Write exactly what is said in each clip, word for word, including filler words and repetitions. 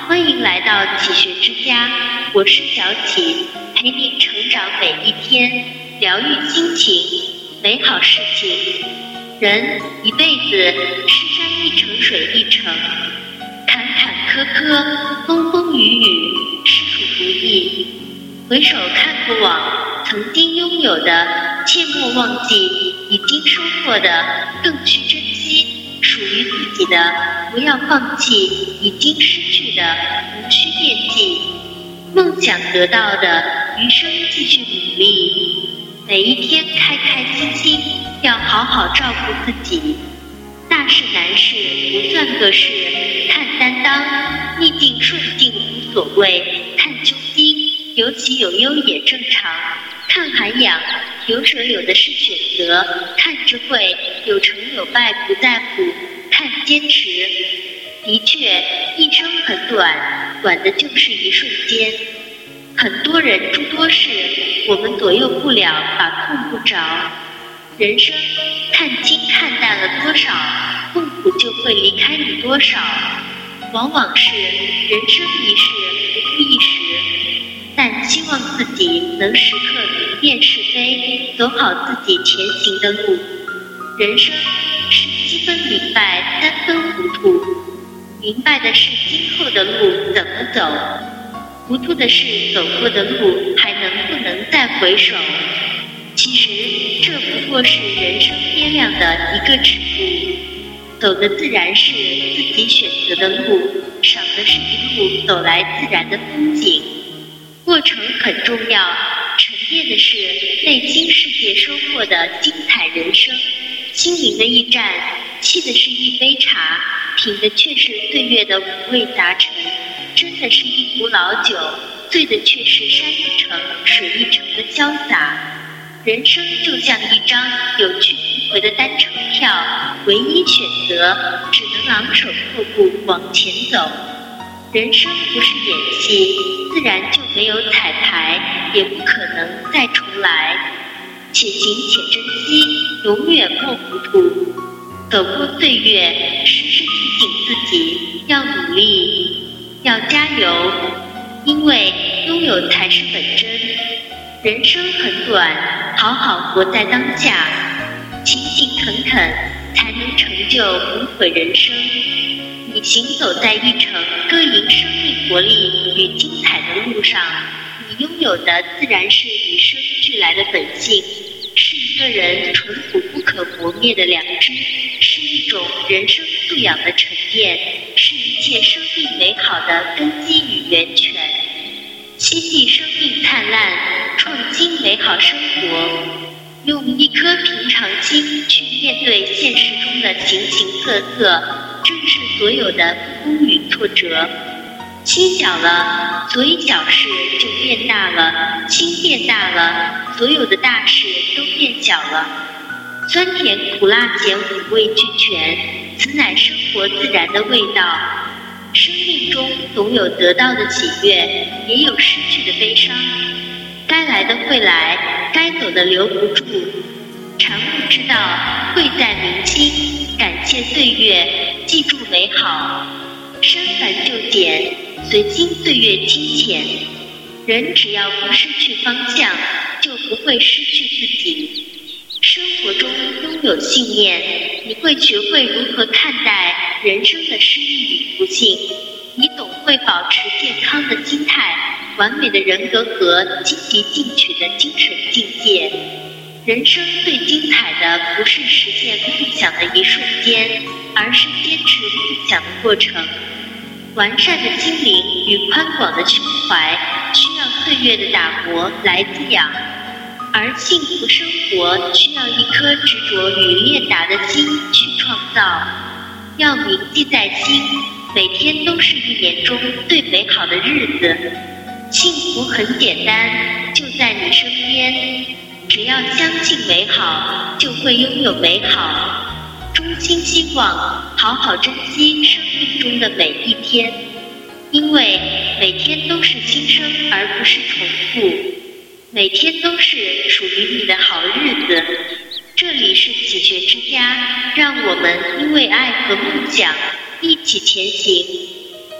欢迎来到启学之家，我是小启，陪您成长每一天，疗愈心情，美好事情。人一辈子，是山一程，水一程，坎坎坷坷，风风雨雨，实属不易。回首看过往，曾经拥有的，切莫忘记；已经收获的，更需珍惜。属于自己的，不要放弃；已经失去的，无需惦记。梦想得到的，余生继续努力。每一天开开心心，要好好照顾自己。大事难事不算个事，看担当；逆境顺境无所谓，看胸襟。有喜有忧也正常，看涵养；有舍有得是选择，看智慧；有成有败不在乎，看坚持。的确，一生很短，短的就是一瞬间。很多人诸多事，我们左右不了，把控不着。人生看清看淡了多少，痛苦就会离开你多少。往往是人生一世，不负一时。但希望自己能时刻明辨是非，走好自己前行的路。人生是七分明白，三分糊涂。明白的是今后的路怎么走，糊涂的是走过的路还能不能再回首。其实这不过是人生掂量的一个尺度，走的自然是自己选择的路，赏的是一路走来自然的风景。过程很重要，沉淀的是内心世界收获的精彩人生。心灵的驿站，沏的是一杯茶，品的却是岁月的五味杂陈。斟的是一壶老酒，醉的却是山一程，水一程的潇洒。人生就像一张有去无回的单程票，唯一选择只能昂首阔步往前走。人生不是演戏，自然就没有彩排，也不可能再重来。且行且珍惜，永远莫糊涂。走过岁月，时时提醒自己要努力，要加油，因为拥有才是本真。人生很短，好好活在当下，勤勤恳恳，才能成就无悔人生。你行走在一程歌吟生命活力与精彩的路上，你拥有的自然是与生俱来的本性，是一个人淳朴不可磨灭的良知，是一种人生素养的沉淀，是一切生命美好的根基与源泉。希冀生命灿烂，创新美好生活，用一颗平常心去面对现实中的形形色色，正是所有的风雨挫折。心小了，所以小事就变大了；心变大了，所有的大事都变小了。酸甜苦辣咸五味俱全，此乃生活自然的味道。生命中总有得到的喜悦，也有失去的悲伤。该来的会来，该走的留不住。禅悟之道，贵在明心，感谢岁月，记住美好。删繁就简，随心岁月清浅。人只要不失去方向，就不会失去自己。生活中拥有信念，你会学会如何看待人生的失意与不幸，你总会保持健康的心态，完美的人格和积极进取的精神境界。人生最精彩的不是实现梦想的一瞬间，而是坚持梦想的过程。完善的心灵与宽广的胸怀，需要岁月的打磨来滋养。而幸福生活需要一颗执着与练达的心去创造。要铭记在心，每天都是一年中最美好的日子。幸福很简单，就在你身边。只要相信美好，就会拥有美好。衷心希望好好珍惜生命中的每一天，因为每天都是新生而不是重复。每天都是属于你的好日子。这里是启学之家，让我们因为爱和梦想一起前行。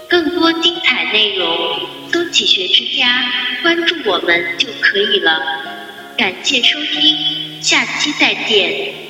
更多精彩内容，搜“启学之家”，关注我们就可以了。感谢收听，下期再见。